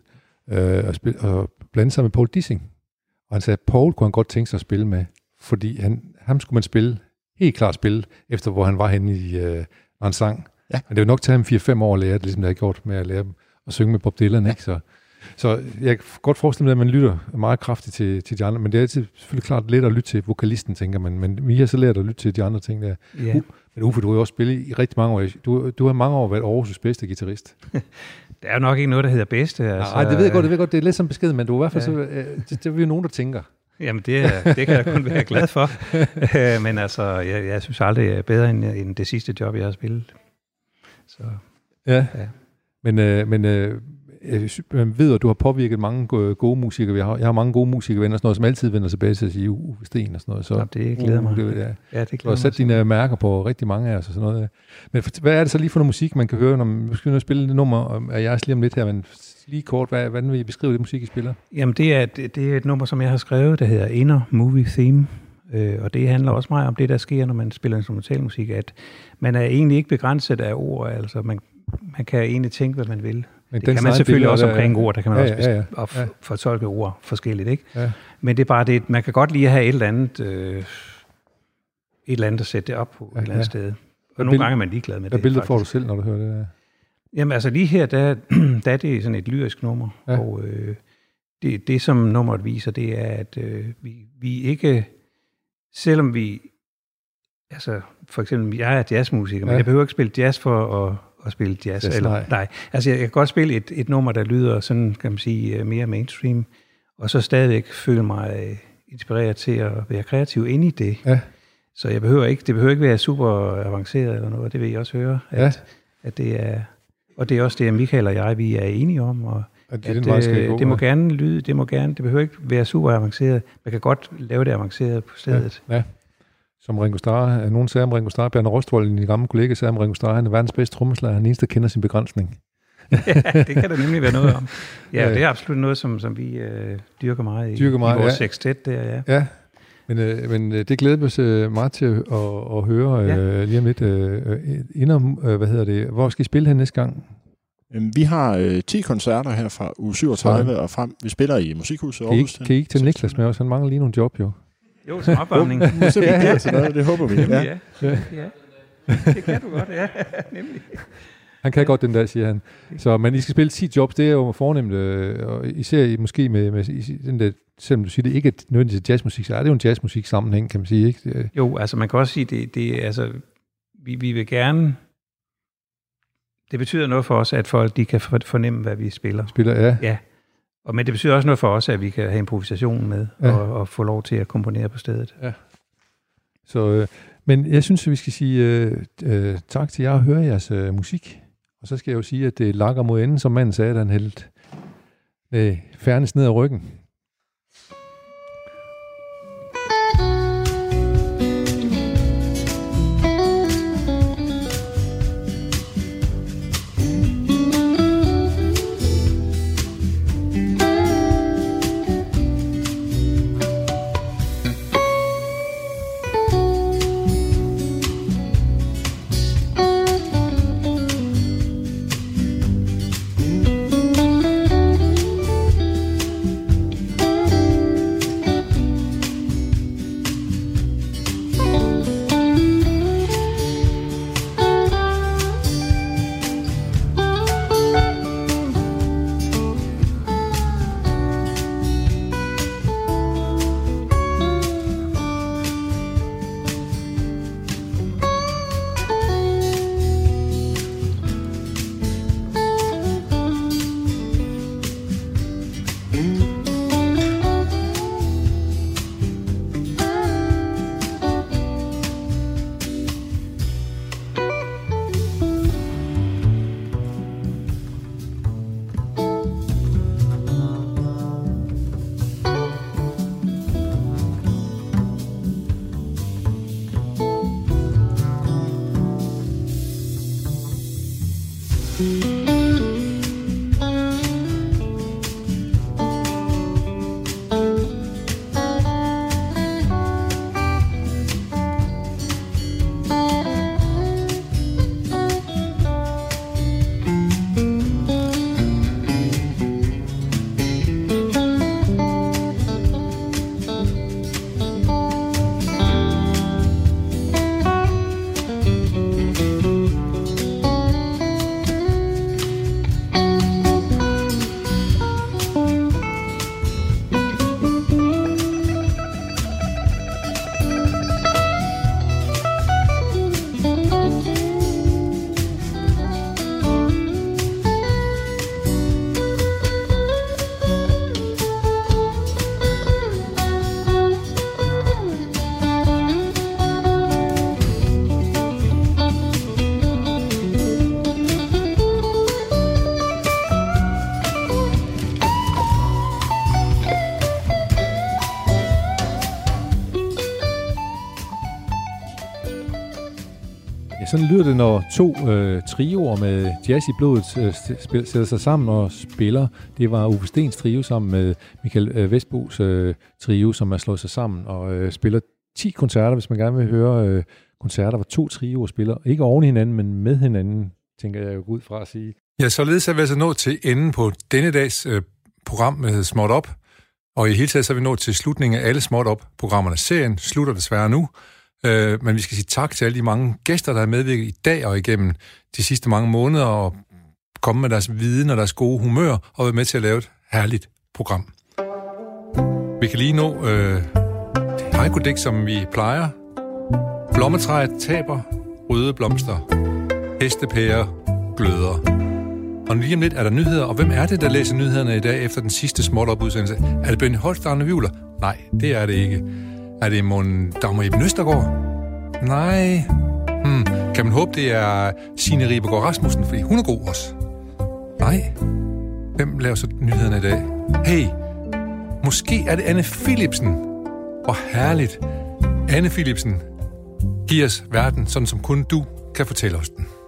og blande sig med Paul Dissing. Og han sagde, at Paul kunne han godt tænke sig at spille med, fordi ham skulle man helt klart spille, efter hvor han var henne når han sang. Ja. Men det var nok til ham 4-5 år at lære det, ligesom det har gjort med at lære dem at synge med Bob Dylan, ikke? Så jeg kan godt forestille mig, at man lytter meget kraftigt til de andre, men det er altid selvfølgelig klart let at lytte til vokalisten, tænker man, men vi har så lært at lytte til de andre ting der. Ja. Men Uffe, du har jo også spillet i rigtig mange år. Du har mange år været Aarhus' bedste guitarist. Der er jo nok ikke noget, der hedder bedste. Altså. Nej, det ved jeg godt. Det er lidt som besked, men du er i hvert fald det er jo nogen, der tænker. Jamen, det kan jeg kun være glad for. Men altså, jeg synes aldrig, jeg er bedre end det sidste job, jeg har spillet. Så, ja. Men man ved, at du har påvirket mange gode musikere. Jeg har mange gode musikere, sådan noget, som altid vender tilbage til at sige Uffe Steen og sådan noget. Så, det glæder mig. Det glæder mig. Du har sat dine mærker på rigtig mange af os og sådan noget. Men hvad er det så lige for noget musik, man kan høre, når man skal spille det nummer af jeres lige om lidt her, men lige kort, hvordan vil I beskrive det musik, I spiller? Jamen, det er et nummer, som jeg har skrevet, der hedder Inner Movie Theme. Og det handler også meget om det, der sker, når man spiller instrumentalmusik, at man er egentlig ikke begrænset af ord, altså man kan egentlig tænke, hvad man vil. Men det kan man selvfølgelig også omkring ord, der kan man også fortolke ord forskelligt, ikke? Ja. Men det er bare det, man kan godt lige have et eller andet at sætte det op på et eller andet sted. Og nogle gange er man ligeglad med det. Hvad billeder får du selv, når du hører det der? Jamen altså lige her, der er det sådan et lyrisk nummer, og det som nummeret viser, det er, at vi ikke, selvom vi, altså for eksempel, jeg er jazzmusiker, men jeg behøver ikke spille jazz for at spille jazz. Nej. Altså jeg kan godt spille et nummer, der lyder sådan, kan man sige, mere mainstream, og så stadigvæk føle mig inspireret til at være kreativ inde i det. Ja. Så det behøver ikke være super avanceret eller noget, det vil I også høre, at det er, og det er også det, Michael og jeg, vi er enige om, og det må gerne lyde, det behøver ikke være super avanceret, man kan godt lave det avanceret på stedet. Ja. Som Ringo Starr, nogen sagde om Ringo Starr, Bjarne Rostvold, en gamle kollega, sagde om Ringo Starr, han er verdens bedste trommeslager, han er eneste, der kender sin begrænsning. Ja, det kan der nemlig være noget om. Ja, det er absolut noget, som vi dyrker meget i vores sextet der, Ja, men det glæder vi os meget til at høre lige om lidt. Hvor skal I spille hen næste gang? Vi har 10 koncerter her fra uge 37 og frem. Vi spiller i Musikhuset Aarhus. Kan I ikke til Niklas med os? Han mangler lige nogle job, jo. Jo, som opvarmning. Det håber vi. Ja. Det kan du godt, ja. Nemlig. Han kan godt den der, siger han. Så, men I skal spille 10 jobs, det er jo fornemt, og især måske med den der, selvom du siger, det ikke er nødvendigt til jazzmusik, så er det jo en jazzmusik sammenhæng, kan man sige, ikke? Jo, altså man kan også sige, det altså, vi vil gerne, det betyder noget for os, at folk de kan fornemme, hvad vi spiller. Ja. Men det betyder også noget for os, at vi kan have improvisation med, og få lov til at komponere på stedet. Ja. Så, men jeg synes, at vi skal sige tak til jer og høre jeres musik. Og så skal jeg jo sige, at det lakker mod enden, som manden sagde, da han hældte Fernis ned ad ryggen. Sådan lyder det, når to trioer med jazz i blodet sætter sig sammen og spiller. Det var Uffe Stens trio sammen med Michael Vestbos trio, som er slået sig sammen og spiller 10 koncerter, hvis man gerne vil høre koncerter, hvor 2 trioer spiller. Ikke oven hinanden, men med hinanden, tænker jeg jo ud fra at sige. Ja, således er vi altså nået til enden på denne dags program med Småt Op. Og i hele taget så er vi nået til slutningen af alle Småt Op-programmerne. Serien slutter desværre nu. Men vi skal sige tak til alle de mange gæster, der har medvirket i dag og igennem de sidste mange måneder og komme med deres viden og deres gode humør og være med til at lave et herligt program. Vi kan lige nå det haiku-digt, som vi plejer. Blommetræet taber røde blomster. Hestepærer gløder. Og lige om lidt er der nyheder, og hvem er det, der læser nyhederne i dag efter den sidste Småt Op-udsendelse? Er det Benny Holst og Arne Wivler? Nej, det er det ikke. Er det Dagmar Eben Østergaard? Nej. Kan man håbe, det er Signe Ribegaard Rasmussen, fordi hun er god også? Nej. Hvem laver så nyhederne i dag? Hey, måske er det Anne Philipsen. Hvor herligt. Anne Philipsen, giv os verden, sådan som kun du kan fortælle os den.